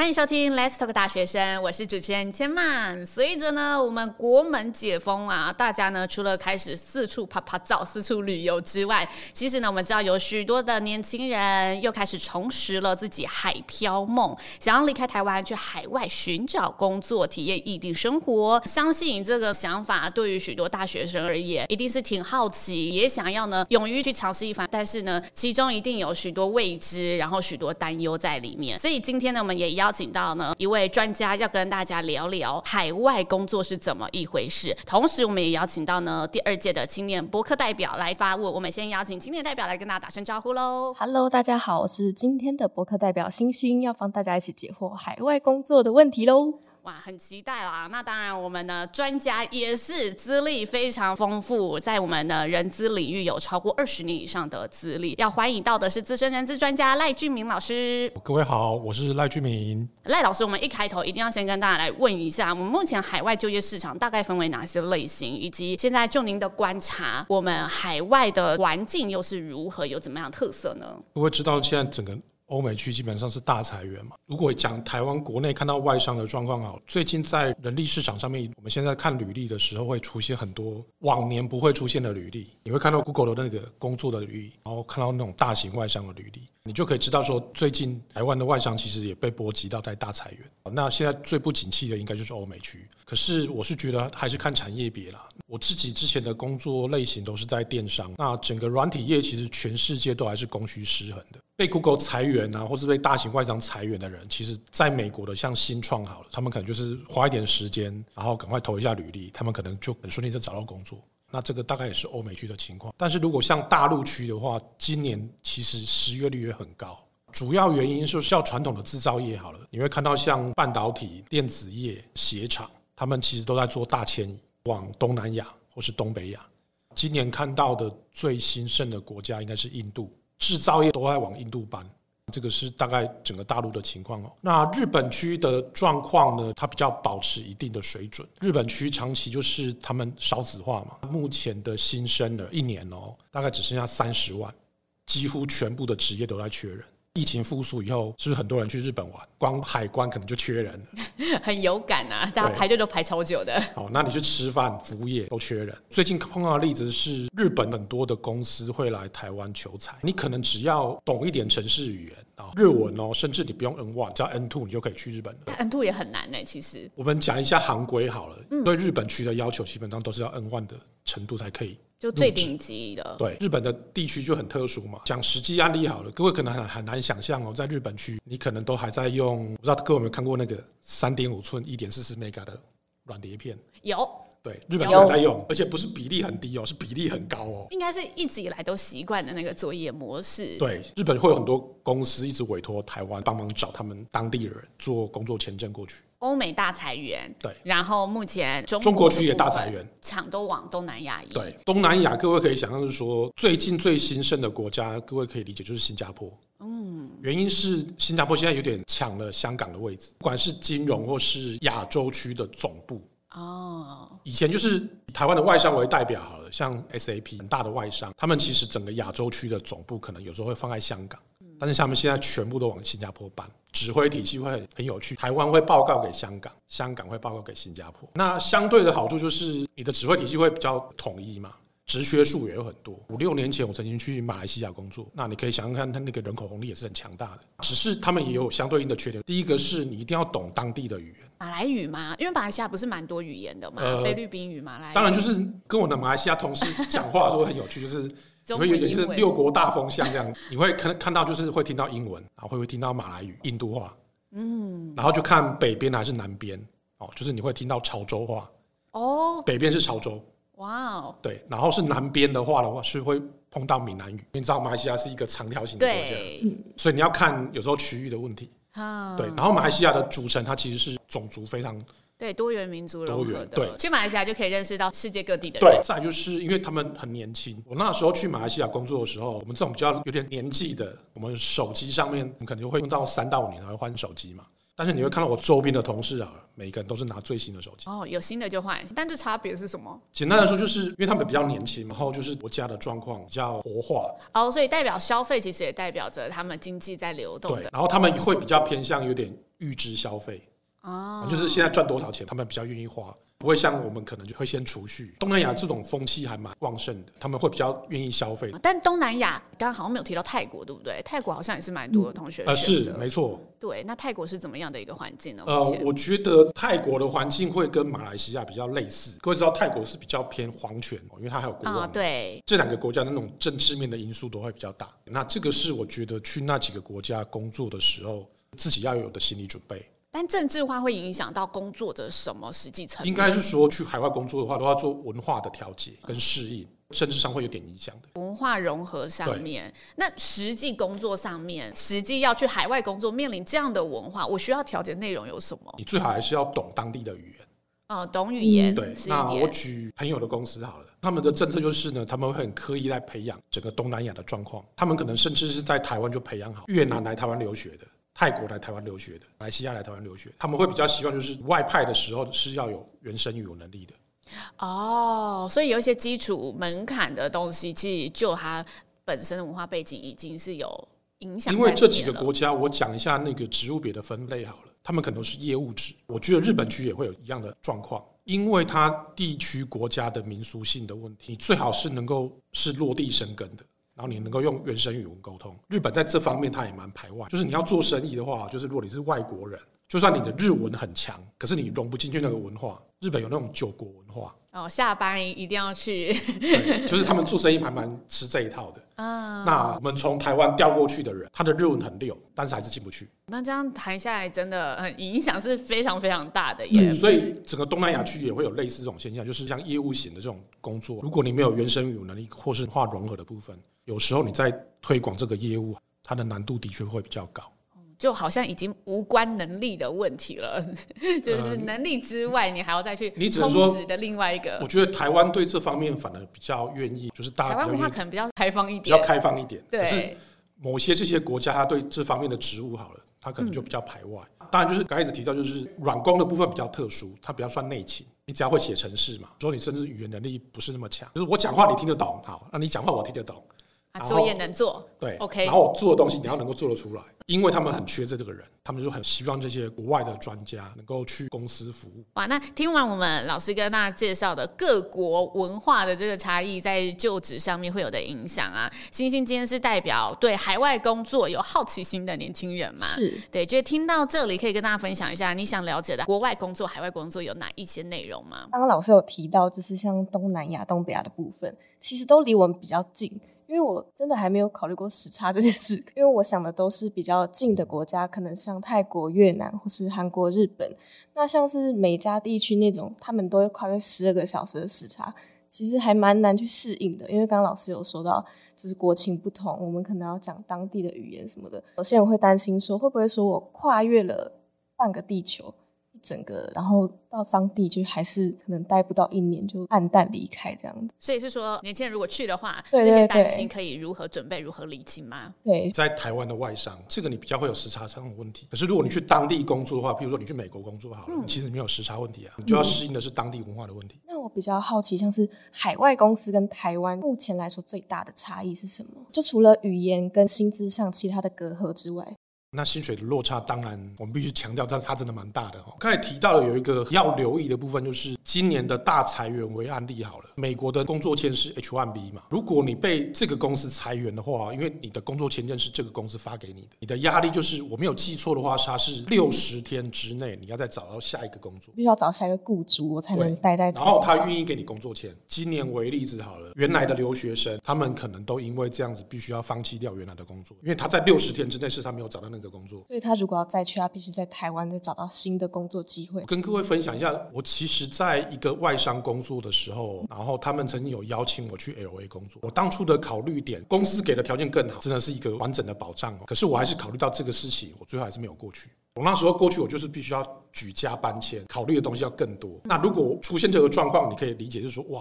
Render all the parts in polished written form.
欢迎收听 Let's Talk 大学生，我是主持人千曼。随着呢我们国门解封啊，大家呢除了开始四处趴趴照、四处旅游之外，其实呢我们知道有许多的年轻人又开始重拾了自己海漂梦，想要离开台湾去海外寻找工作，体验异地生活。相信这个想法对于许多大学生而言，一定是挺好奇，也想要呢勇于去尝试一番。但是呢，其中一定有许多未知，然后许多担忧在里面。所以今天呢，我们也邀请到呢一位专家，要跟大家聊聊海外工作是怎么一回事。同时，我们也邀请到呢第2届的青年播客代表来发问。我们先邀请青年代表来跟大家打声招呼喽。 Hello， 大家好，我是今天的播客代表星星，要帮大家一起解惑海外工作的问题喽。 哇，很期待啦！那当然，我们的专家也是资历非常丰富，在我们的人资领域有超过20年以上的资历。要欢迎到的是资深人资专家赖俊明老师。 各位好，我是赖俊明。 赖老师，我们一开头一定要先跟大家来问一下，我们目前海外就业市场大概分为哪些类型，以及现在就您的观察，我们海外的环境又是如何，有怎么样的特色呢？ 各位知道现在整个欧美区基本上是大裁员嘛。如果讲台湾国内看到外商的状况好，最近在人力市场上面，我们现在看履历的时候会出现很多往年不会出现的履历。你会看到 Google 的那个工作的履历，然后看到那种大型外商的履历，你就可以知道说最近台湾的外商其实也被波及到在大裁员。那现在最不景气的应该就是欧美区，可是我是觉得还是看产业别啦。我自己之前的工作类型都是在电商，那整个软体业其实全世界都还是供需失衡的。被 Google 裁员啊，或是被大型外商裁员的人，其实在美国的像新创好了，他们可能就是花一点时间，然后赶快投一下履历，他们可能就很顺利就找到工作。那这个大概也是欧美区的情况。但是如果像大陆区的话，今年其实失业率也很高。主要原因就是像传统的制造业好了，你会看到像半导体、电子业、鞋厂，他们其实都在做大迁移，往东南亚或是东北亚。今年看到的最兴盛的国家应该是印度，制造业都在往印度搬，这个是大概整个大陆的情况哦。那日本区的状况呢，它比较保持一定的水准。日本区长期就是他们少子化嘛，目前的新生的一年哦，大概只剩下30万，几乎全部的职业都在缺人。疫情复苏以后，是不是很多人去日本玩？光海关可能就缺人了， 很有感啊，大家排队都排超久的。 好，那你去吃饭、服务业都缺人。最近碰到的例子是，日本很多的公司会来台湾求才，你可能只要懂一点程式语言、日文哦，甚至你不用 N1， 只要 N2 你就可以去日本了。 N2 也很难其实。我们讲一下行规好了，对日本区的要求基本上都是要 N1 的程度才可以。 就最顶级的。 对，日本的地区就很特殊嘛。讲实际案例好了，各位可能很难想象哦，在日本区你可能都还在用，不知道各位有没有看过那个3.5寸1.44 Mega 的软碟片？ 有。 对，日本还在用，而且不是比例很低哦，是比例很高哦。 应该是一直以来都习惯的那个作业模式。 对，日本会有很多公司一直委托台湾帮忙找他们当地人做工作签证过去。 欧美大裁员， 对， 然后目前中国区也大裁员， 厂都往东南亚移。 对，东南亚各位可以想象是说，最近最兴盛的国家，各位可以理解就是新加坡。原因是新加坡现在有点抢了香港的位置，不管是金融或是亚洲区的总部。以前就是以台湾的外商为代表好了，像 SAP 很大的外商，他们其实整个亚洲区的总部可能有时候会放在香港，但是他们现在全部都往新加坡搬，指挥体系会很有趣，台湾会报告给香港，香港会报告给新加坡。那相对的好处就是你的指挥体系会比较统一嘛，职缺数也有很多。5-6年前我曾经去马来西亚工作，那你可以想想看，它那个人口红利也是很强大的，只是他们也有相对应的缺点。第一个是你一定要懂当地的语言。 马来语吗？因为马来西亚不是蛮多语言的嘛，菲律宾语、马来语。 当然就是跟我的马来西亚同事讲话的时候很有趣，就是你会有点是6国大风向这样，你会看到就是会听到英文，然后会听到马来语、印度话，然后就看北边还是南边，就是你会听到潮州话，北边是潮州，哇哦，对，然后是南边的话是会碰到闽南语，你知道马来西亚是一个长条形的国家，所以你要看有时候区域的问题。对，然后马来西亚的组成它其实是种族非常对多元民族融合的，对，去马来西亚就可以认识到世界各地的人。 对，再来就是因为他们很年轻，我那时候去马来西亚工作的时候，我们这种比较有点年纪的，我们手机上面我们可能就会用到3到5年才会换手机嘛。 但是你会看到我周边的同事啊，每个人都是拿最新的手机。 有新的就换，但这差别是什么？ 简单来说，就是因为他们比较年轻，然后就是国家的状况比较活化。 所以代表消费其实也代表着他们经济在流动的。 对，然后他们会比较偏向有点预支消费。就是现在赚多少钱，他们比较愿意花。不会像我们可能就会先储蓄。东南亚这种风气还蛮旺盛的，他们会比较愿意消费。 但东南亚刚刚好像没有提到泰国，对不对？泰国好像也是蛮多的同学选择。 是没错。 对，那泰国是怎么样的一个环境呢？ 我觉得泰国的环境会跟马来西亚比较类似。各位知道泰国是比较偏皇权，因为它还有国王。 对， 这两个国家的那种政治面的因素都会比较大。那这个是我觉得去那几个国家工作的时候，自己要有的心理准备。 但政治化会影响到工作的什么实际层面？ 应该是说去海外工作的话，都要做文化的调节跟适应，政治上会有点影响的。 文化融合上面，那实际工作上面，实际要去海外工作，面临这样的文化，我需要调节内容有什么？ 你最好还是要懂当地的语言。 懂语言。 对，那我举朋友的公司好了，他们的政策就是呢，他们会很刻意来培养整个东南亚的状况。他们可能甚至是在台湾就培养好越南来台湾留学的。泰国来台湾留学的，马来西亚来台湾留学，他们会比较希望就是外派的时候是要有原生语文能力的。 所以有一些基础门槛的东西，其实就它本身的文化背景已经是有影响。 因为这几个国家，我讲一下那个职务别的分类好了，他们可能是业务职。我觉得日本区也会有一样的状况，因为它地区国家的民俗性的问题，你最好是能够是落地生根的。然后你能够用原生语文沟通。日本在这方面它也蛮排外，就是你要做生意的话，就是如果你是外国人，就算你的日文很强，可是你融不进去那个文化。日本有那种9国文化， 下班一定要去对，就是他们做生意还蛮吃这一套的。那我们从台湾调过去的人，他的日文很溜，但是还是进不去。 那这样谈下来，真的很影响是非常非常大的耶。 所以整个东南亚区也会有类似这种现象，就是像业务型的这种工作，如果你没有原生语文能力或是文化融合的部分，有时候你在推广这个业务，它的难度的确会比较高。 就好像已经无关能力的问题了，就是能力之外，你还要再去充实的另外一个。 我觉得台湾对这方面反而比较愿意，就是大家台湾文化可能比较开放一点， 比较开放一点。 对， 可是某些这些国家，他对这方面的职务好了，他可能就比较排外。当然，就是刚才一直提到，就是软工的部分比较特殊，它比较算内勤。你只要会写程式嘛，说你甚至语言能力不是那么强，就是我讲话你听得懂，好，那你讲话我听得懂。 作业能做， 对 ，OK。 然后我做的东西你要能够做得出来，因为他们很缺这个人，他们就很希望这些国外的专家能够去公司服务。 哇，那听完我们老师跟大家介绍的各国文化的这个差异，在就职上面会有的影响啊。星星今天是代表对海外工作有好奇心的年轻人嘛？ 是， 对，就听到这里可以跟大家分享一下你想了解的国外工作、海外工作有哪一些内容吗？ 刚刚老师有提到，就是像东南亚、东北亚的部分，其实都离我们比较近。因为我真的还没有考虑过时差这件事，因为我想的都是比较近的国家，可能像泰国、越南或是韩国、日本。那像是美加地区那种，他们都会跨越12个小时的时差，其实还蛮难去适应的。因为刚刚老师有说到，就是国情不同，我们可能要讲当地的语言什么的。有些人会担心说，会不会说我跨越了半个地球，整个然后到当地就还是可能待不到1年就黯淡离开这样子。 所以是说年轻人如果去的话， 对对对， 这些担心可以如何准备如何理清吗？ 对，在台湾的外商这个你比较会有时差上的问题，可是如果你去当地工作的话，譬如说你去美国工作好了，其实没有时差问题啊，你就要适应的是当地文化的问题。 那我比较好奇，像是海外公司跟台湾目前来说最大的差异是什么？就除了语言跟薪资上其他的隔阂之外， 那薪水的落差，当然我们必须强调，它真的蛮大的。刚才提到的有一个要留意的部分，就是今年的大裁员为案例好了。美国的工作签是 H1B 嘛，如果你被这个公司裁员的话，因为你的工作签证是这个公司发给你的，你的压力就是我没有记错的话，它是60天之内你要再找到下一个工作， 必须要找下一个雇主，我才能待在这个地方。 然后他愿意给你工作签。今年为例子好了，原来的留学生他们可能都因为这样子必须要放弃掉原来的工作，因为他在60天之内是他没有找到那个工作， 所以他如果要再去，他必须在台湾再找到新的工作机会。 跟各位分享一下，我其实在一个外商工作的时候，然后他们曾经有邀请我去 LA 工作。我当初的考虑点，公司给的条件更好，真的是一个完整的保障。可是我还是考虑到这个事情，我最后还是没有过去。我那时候过去，我就是必须要举家搬迁，考虑的东西要更多。那如果出现这个状况，你可以理解就是说，哇，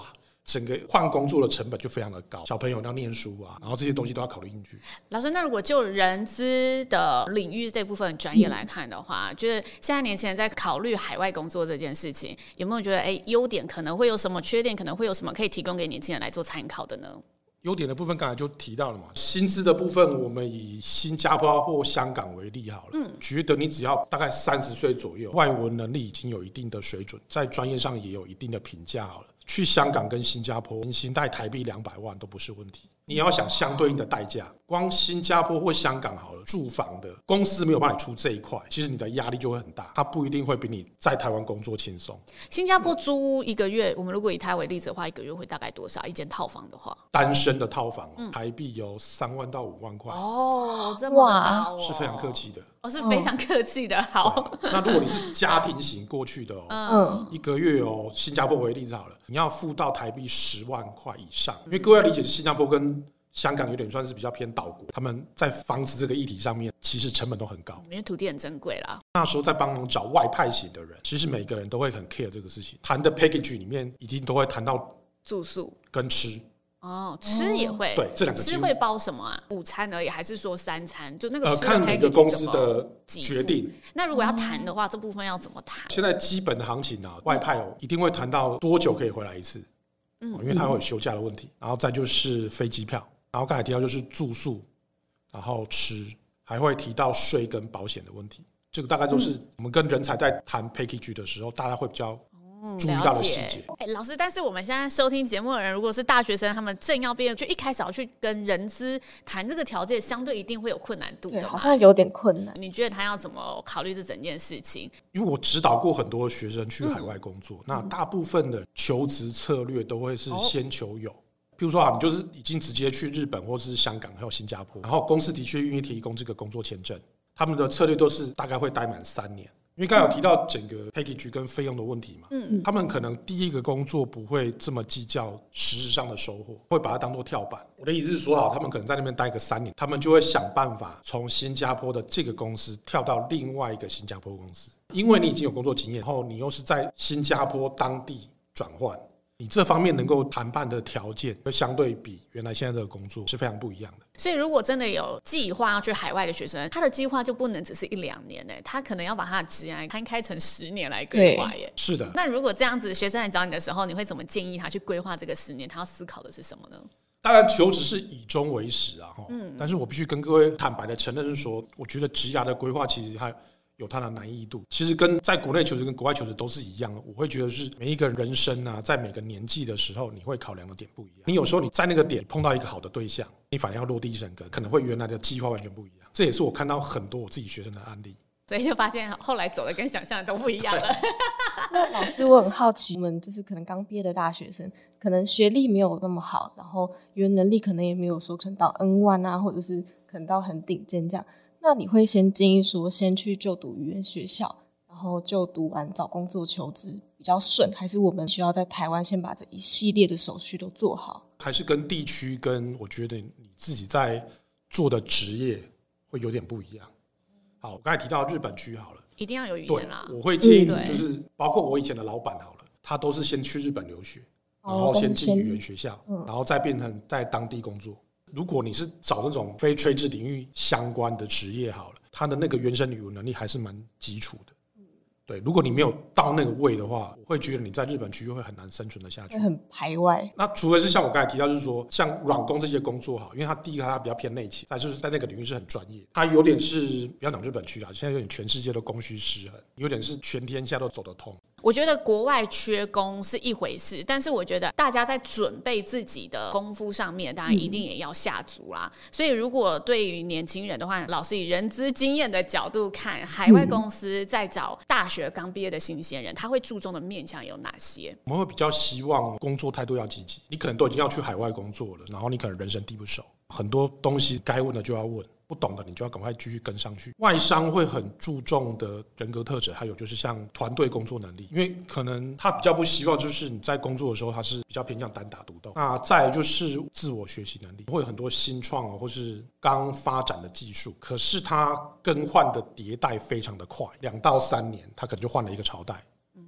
整个换工作的成本就非常的高，小朋友要念书啊，然后这些东西都要考虑进去。 老师，那如果就人资的领域这部分专业来看的话，就是现在年轻人在考虑海外工作这件事情，有没有觉得优点可能会有什么，缺点可能会有什么，可以提供给年轻人来做参考的呢？ 优点的部分刚才就提到了嘛，薪资的部分我们以新加坡或香港为例好了，觉得你只要大概30岁左右，外文能力已经有一定的水准，在专业上也有一定的评价好了，去香港跟新加坡年薪带台币200万都不是问题。你要想相对应的代价，光新加坡或香港好了，住房的公司没有帮你出这一块，其实你的压力就会很大，它不一定会比你在台湾工作轻松。 新加坡租屋一个月，我们如果以它为例子的话，一个月会大概多少？一间套房的话， 单身的套房，台币有3万到5万块。 哦，这么高哦， 是非常客气的。 是非常客气的。好， 那如果你是家庭型过去的一个月新加坡为例子好了，你要付到台币10万块以上，因为各位要理解，新加坡跟香港有点算是比较偏岛国，他们在房子这个议题上面，其实成本都很高， 因为土地很珍贵啦。 那时候在帮忙找外派型的人，其实每个人都会很 care 这个事情，谈的 package 里面一定都会谈到住宿跟吃。 吃也会， 对，这两个吃会包什么啊？午餐而已，还是说3餐？就那个看每个公司的决定。 那如果要谈的话，这部分要怎么谈？ 现在基本的行情啊，外派一定会谈到多久可以回来一次，因为它会有休假的问题，然后再就是飞机票，然后刚才提到就是住宿，然后吃，还会提到税跟保险的问题。这个大概就是我们跟人才在谈 package 的时候，大家会比较注意到的细节。 老师，但是我们现在收听节目的人，如果是大学生，他们正要毕业，就一开始要去跟人资谈这个条件，相对一定会有困难度的。 对，好像有点困难。 你觉得他要怎么考虑这整件事情？ 因为我指导过很多学生去海外工作，那大部分的求职策略都会是先求有。譬如说你就是已经直接去日本或是香港还有新加坡，然后公司的确愿意提供这个工作签证，他们的策略都是大概会待满3年。因为刚才有提到整个 package 跟费用的问题嘛，他们可能第一个工作不会这么计较实质上的收获，会把它当作跳板。我的意思是说，他们可能在那边待个3年，他们就会想办法从新加坡的这个公司跳到另外一个新加坡公司，因为你已经有工作经验，然后你又是在新加坡当地转换，你这方面能够谈判的条件会相对比原来现在的工作是非常不一样的。 所以如果真的有计划要去海外的学生，他的计划就不能只是1-2年，他可能要把他的职业摊开成10年来规划耶。 是的。 那如果这样子学生来找你的时候，你会怎么建议他去规划这个10年？他要思考的是什么呢？ 当然求职是以终为始啊，但是我必须跟各位坦白的承认是说，我觉得职涯的规划其实它有它的难易度，其实跟在国内求职跟国外求职都是一样的。我会觉得是每一个人生啊，在每个年纪的时候，你会考量的点不一样。你有时候你在那个点碰到一个好的对象，你反而要落地生根，可能会原来的计划完全不一样。这也是我看到很多我自己学生的案例， 所以就发现后来走的跟想象的都不一样了。 那老师，我很好奇，我们就是可能刚毕业的大学生，可能学历没有那么好，然后语言能力可能也没有说可能到 N1 啊，或者是可能到很顶尖这样。那你会先建议说先去就读语言学校，然后就读完找工作求职比较顺，还是我们需要在台湾先把这一系列的手续都做好？ 还是跟地区跟我觉得你自己在做的职业会有点不一样。好，我刚才提到日本区好了， 一定要有语言啦。 我会建议你就是包括我以前的老板好了，他都是先去日本留学，然后先进语言学校，然后再变成在当地工作。如果你是找那种非垂直领域相关的职业好了，他的那个原生语文能力还是蛮基础的。对，如果你没有到那个位的话，我会觉得你在日本区会很难生存得下去， 会很排外。 那除非是像我刚才提到，就是说像软工这些工作好，因为他第一个他比较偏内勤，再就是在那个领域是很专业，他有点是不要讲日本区啊，现在有点全世界都供需失衡，有点是全天下都走得通。 我觉得国外缺工是一回事，但是我觉得大家在准备自己的功夫上面，当然一定也要下足啦。所以如果对于年轻人的话，老师以人资经验的角度看，海外公司在找大学刚毕业的新鲜人，他会注重的面向有哪些？ 我们会比较希望工作态度要积极，你可能都已经要去海外工作了，然后你可能人生地不熟，很多东西该问的就要问，不懂的你就要赶快继续跟上去。外商会很注重的人格特质，还有就是像团队工作能力，因为可能他比较不希望就是你在工作的时候他是比较偏向单打独斗。那再来就是自我学习能力，会有很多新创或是刚发展的技术，可是它更换的迭代非常的快，2到3年它可能就换了一个朝代。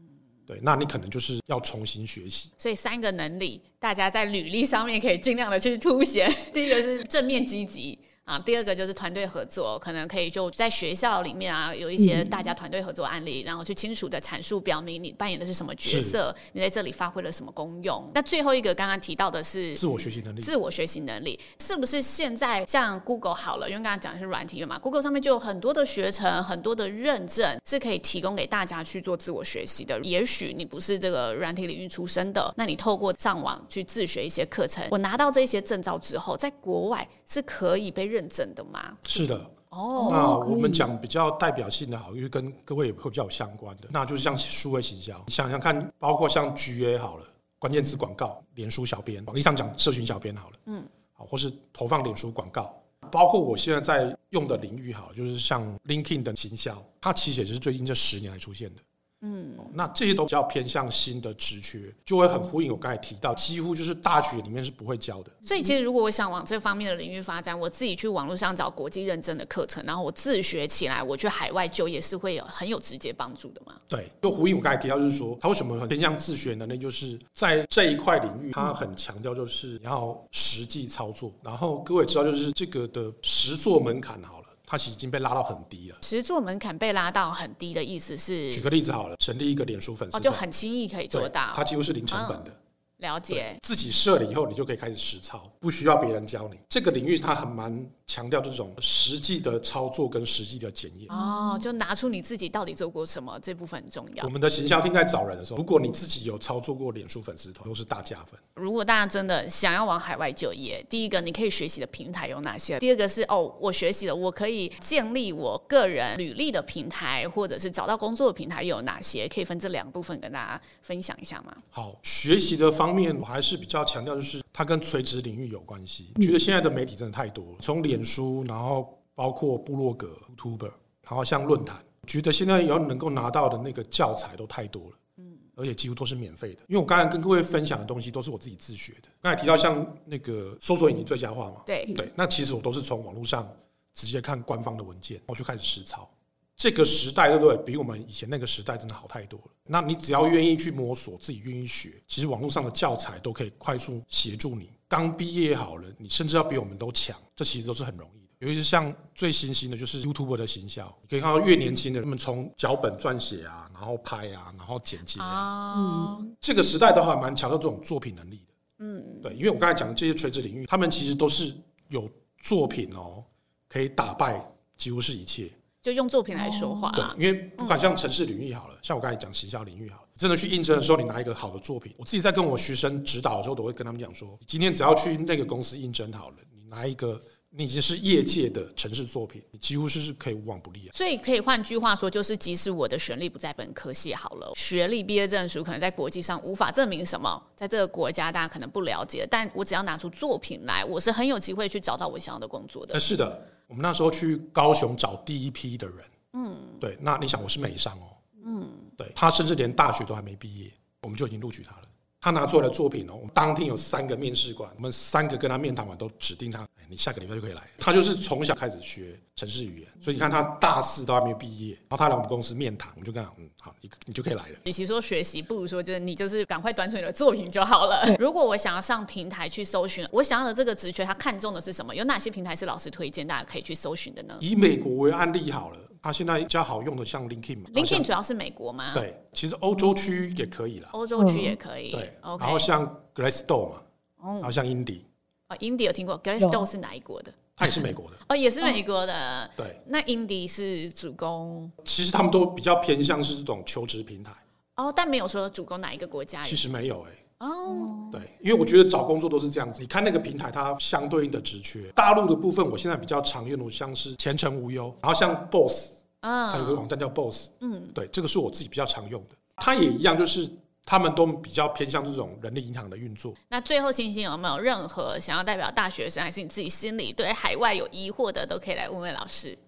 对，那你可能就是要重新学习。 所以3个能力，大家在履历上面可以尽量的去凸显。第一个是正面积极啊，第二个就是团队合作，可能可以就在学校里面啊有一些大家团队合作案例，然后去清楚的阐述表明你扮演的是什么角色，你在这里发挥了什么功用。那最后一个刚刚提到的是自我学习能力。 自我学习能力是不是现在像 Google 好了，因为刚刚讲的是软体嘛， Google 上面就有很多的学程，很多的认证是可以提供给大家去做自我学习的。也许你不是这个软体领域出身的，那你透过上网去自学一些课程，我拿到这些证照之后，在国外是可以被认证的吗？ 是的。那我们讲比较代表性的好，因为跟各位也会比较有相关的，那就是像数位行销，你想想看，包括像 GA 好了，关键字广告、脸书小编，广义上讲社群小编好了，或是投放脸书广告，包括我现在在用的领域好了，就是像 LinkedIn 的行销，它其实也是最近这10年来出现的。那这些都比较偏向新的职缺，就会很呼应我刚才提到，几乎就是大学里面是不会教的。 所以其实如果我想往这方面的领域发展，我自己去网络上找国际认证的课程，然后我自学起来，我去海外就业是会很有直接帮助的嘛？ 对，就呼应我刚才提到，就是说他为什么很偏向自学能力，就是在这一块领域，他很强调就是你要实际操作，然后各位知道就是这个的实作门槛好了，它其实已经被拉到很低了。 实作门槛被拉到很低的意思是， 举个例子好了，成立一个脸书粉丝团， 就很轻易可以做到， 它几乎是零成本的。 了解， 自己设了以后，你就可以开始实操，不需要别人教你。这个领域它很蛮强调这种实际的操作跟实际的检验。 就拿出你自己到底做过什么，这部分很重要。 我们的行销厅在找人的时候，如果你自己有操作过脸书粉丝团，都是大加分。 如果大家真的想要往海外就业，第一个你可以学习的平台有哪些？第二个是我学习了，我可以建立我个人履历的平台，或者是找到工作的平台有哪些？可以分这2部分跟大家分享一下吗？ 好，学习的方面我还是比较强调，就是它跟垂直领域有关系。觉得现在的媒体真的太多了，从脸书，然后包括部落格、YouTuber， 然后像论坛，觉得现在要能够拿到的那个教材都太多了。而且几乎都是免费的，因为我刚才跟各位分享的东西都是我自己自学的。刚才提到像那个搜索引擎最佳化嘛， 对， 那其实我都是从网络上直接看官方的文件，我就开始实操。这个时代对不对？比我们以前那个时代真的好太多了。那你只要愿意去摸索，自己愿意学，其实网络上的教材都可以快速协助你。刚毕业好了，你甚至要比我们都强，这其实都是很容易的。尤其是像最新兴的，就是 YouTuber 的行销，你可以看到越年轻的，他们从脚本撰写啊，然后拍啊，然后剪接啊，这个时代的话，蛮强调这种作品能力的。对，因为我刚才讲这些垂直领域，他们其实都是有作品可以打败几乎是一切。 就用作品来说话啦。对，因为不管像程式领域好了，像我刚才讲行销领域好了，真的去应征的时候，你拿一个好的作品，我自己在跟我学生指导的时候，都会跟他们讲说，今天只要去那个公司应征好了，你拿一个你已经是业界的程式作品，你几乎是可以无往不利。 所以可以换句话说，就是即使我的学历不在本科系好了，学历毕业证书可能在国际上无法证明什么，在这个国家大家可能不了解，但我只要拿出作品来，我是很有机会去找到我想要的工作的。 是的，我们那时候去高雄找第一批的人，对，那你想我是美商对，他甚至连大学都还没毕业，我们就已经录取他了。他拿出来的作品我们当天有3个面试官，我们3个跟他面谈完都指定他，你下个礼拜就可以来。他就是从小开始学程式语言，所以你看他大4都还没有毕业，然后他来我们公司面谈，我们就跟他讲，好，你就可以来了。 与其说学习，不如说就是你就是赶快端出你的作品就好了。如果我想要上平台去搜寻，我想要的这个职缺，他看中的是什么？有哪些平台是老师推荐大家可以去搜寻的呢？ 以美国为案例好了。它现在比较好用的像 LinkedIn 嘛 ，LinkedIn 主要是美国吗？ 对，其实欧洲区也可以啦， 欧洲区也可以。 对， okay， 然后像 Glassdoor 嘛，然后像 Indeed。Indeed 有听过 ，Glassdoor 是哪一国的？ 它也是美国的。 也是美国的。 对， 那 Indeed 是主攻？ 其实他们都比较偏向是这种求职平台。 但没有说主攻哪一个国家。 其实没有对，因为我觉得找工作都是这样子，你看那个平台它相对应的职缺，大陆的部分我现在比较常用的像是前程无忧，然后像 Boss，它有个网站叫 Boss，对，这个是我自己比较常用的。它也一样，就是他们都比较偏向这种人力银行的运作。 那最后星星有没有任何想要代表大学生，还是你自己心里对海外有疑惑的，都可以来问问老师。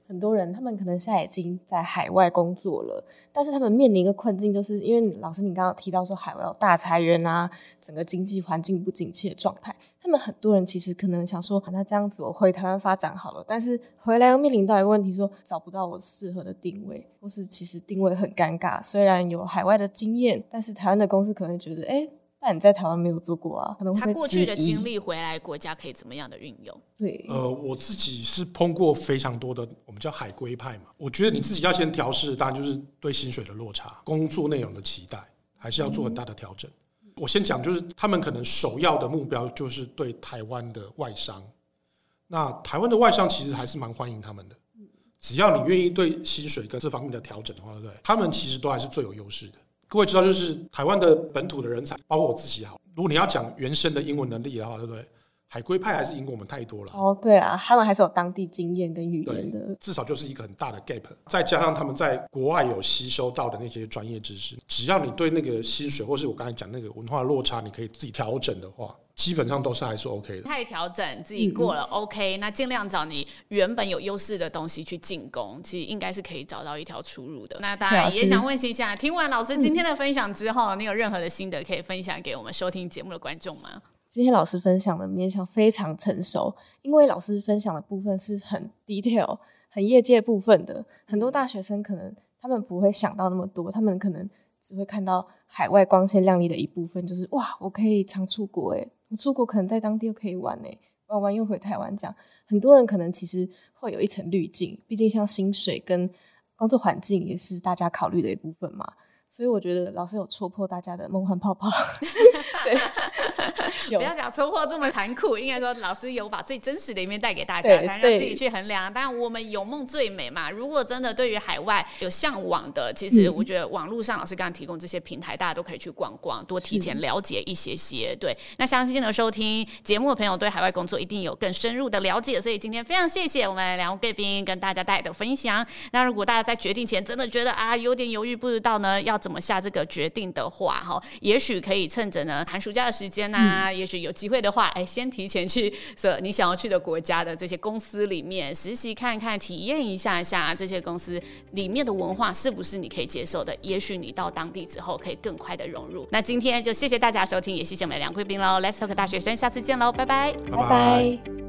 很多人他们可能现在已经在海外工作了，但是他们面临一个困境，就是因为老师你刚刚有提到说海外有大裁员啊，整个经济环境不景气的状态，他们很多人其实可能想说，那这样子我回台湾发展好了，但是回来又面临到一个问题说找不到我适合的定位，或是其实定位很尴尬，虽然有海外的经验，但是台湾的公司可能觉得但你在台湾没有做过啊，可能会被质疑。 他过去的经历回来国家可以怎么样的运用？ 对， 我自己是碰过非常多的我们叫海归派嘛。我觉得你自己要先调试，当然就是对薪水的落差、工作内容的期待，还是要做很大的调整。我先讲，就是他们可能首要的目标就是对台湾的外商。那台湾的外商其实还是蛮欢迎他们的，只要你愿意对薪水跟这方面的调整的话，对不对？他们其实都还是最有优势的。各位知道，就是台湾的本土的人才，包括我自己好，如果你要讲原生的英文能力的话，对不对？海归派还是赢过我们太多了。 对啊，他们还是有当地经验跟语言的， 至少就是一个很大的 gap。再加上他们在国外有吸收到的那些专业知识，只要你对那个薪水，或是我刚才讲那个文化落差，你可以自己调整的话，基本上都是还是 OK 的。 太调整自己过了 OK，那尽量找你原本有优势的东西去进攻，其实应该是可以找到一条出路的。那当然也想问一下，听完老师今天的分享之后，你有任何的心得可以分享给我们收听节目的观众吗？ 今天老师分享的面向非常成熟，因为老师分享的部分是很 detail 很业界部分的，很多大学生可能他们不会想到那么多，他们可能只会看到海外光鲜亮丽的一部分，就是哇我可以常出国我出国可能在当地又可以玩玩完又回台湾，这样很多人可能其实会有一层滤镜，毕竟像薪水跟工作环境也是大家考虑的一部分嘛，所以我觉得老师有戳破大家的梦幻泡泡对不要讲戳破这么残酷，应该说老师有把最真实的一面带给大家，当然让自己去衡量。当然我们有梦最美嘛，如果真的对于海外有向往的，其实我觉得网络上老师刚刚提供这些平台，大家都可以去逛逛，多提前了解一些。对，那相信的收听节目的朋友对海外工作一定有更深入的了解，所以今天非常谢谢我们两位贵宾跟大家带来的分享。那如果大家在决定前真的觉得有点犹豫不知道呢要怎么下这个决定的话，也许可以趁着呢寒暑假的时间也许有机会的话先提前去你想要去的国家的这些公司里面实习看看，体验一下这些公司里面的文化是不是你可以接受的，也许你到当地之后可以更快的融入。那今天就谢谢大家收听，也谢谢我们的两位贵宾咯， Let's Talk 大学生，下次见咯，拜拜拜拜。